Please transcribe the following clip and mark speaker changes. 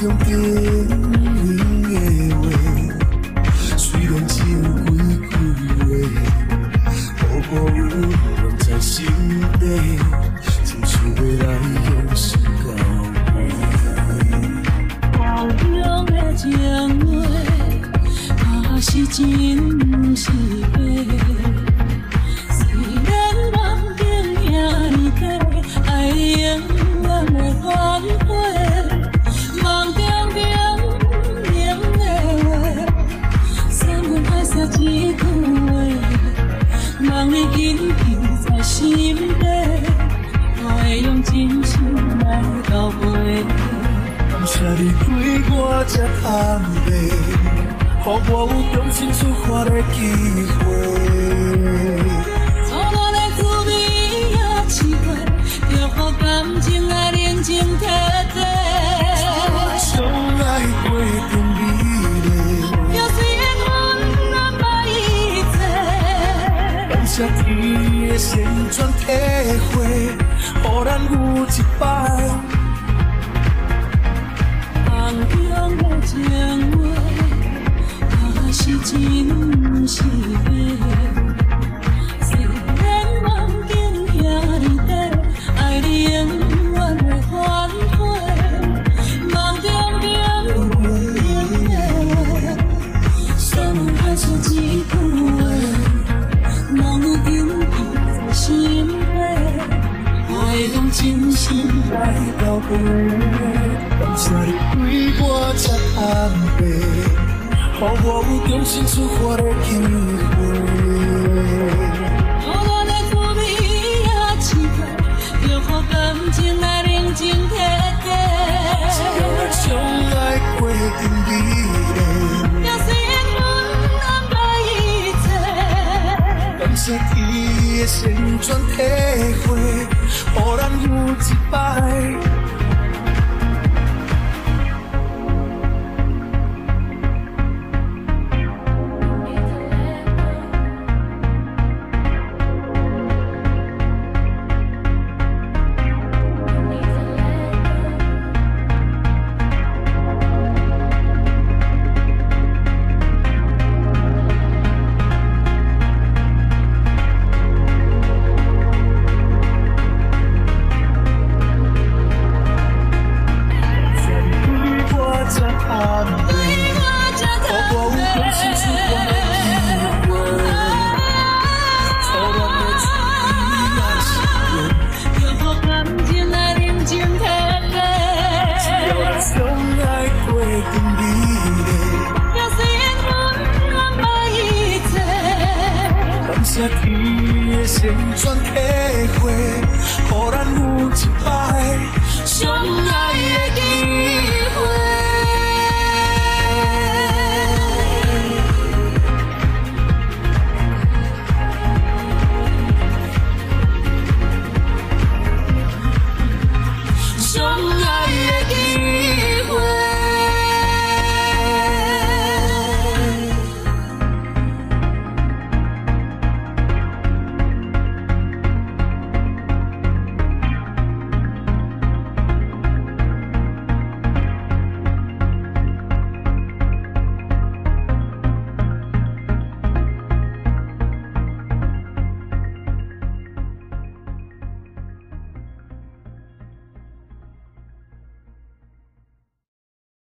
Speaker 1: 中叮咛的话，虽然只有几句话，糊糊有拢在心底，亲像要来用心交陪。
Speaker 2: 故乡的情话，是真是假？虽然梦境遐尼短，爱永远会反悔。梦中中明的话，三分爱写一句话，梦里紧记在心底，我会用真心来交陪。
Speaker 1: 感谢你对我这坦白，予我有重新出发的机会。
Speaker 2: 错乱的滋味也试过，着乎感情来认真摕地。
Speaker 1: 相爱过程美丽，
Speaker 2: 要是缘分安排一切。
Speaker 1: 感谢天的善全体会，予咱有一摆。
Speaker 2: 梦中的情话，是真是假？虽然梦境遐尼短，爱你永远会反悔。梦中中明的话，三分爱说一句话，梦有紧记在心底，我会用真心来交陪。
Speaker 1: 感谢你对我这坦白，予我有重新出发的机会。
Speaker 2: 错乱的滋味也试过，着乎感情来认真摕地。
Speaker 1: 让咱相爱过程美丽，
Speaker 2: 要是缘分安排一切。
Speaker 1: 感谢天的善全体会，予咱有一摆。感谢天的善全体会，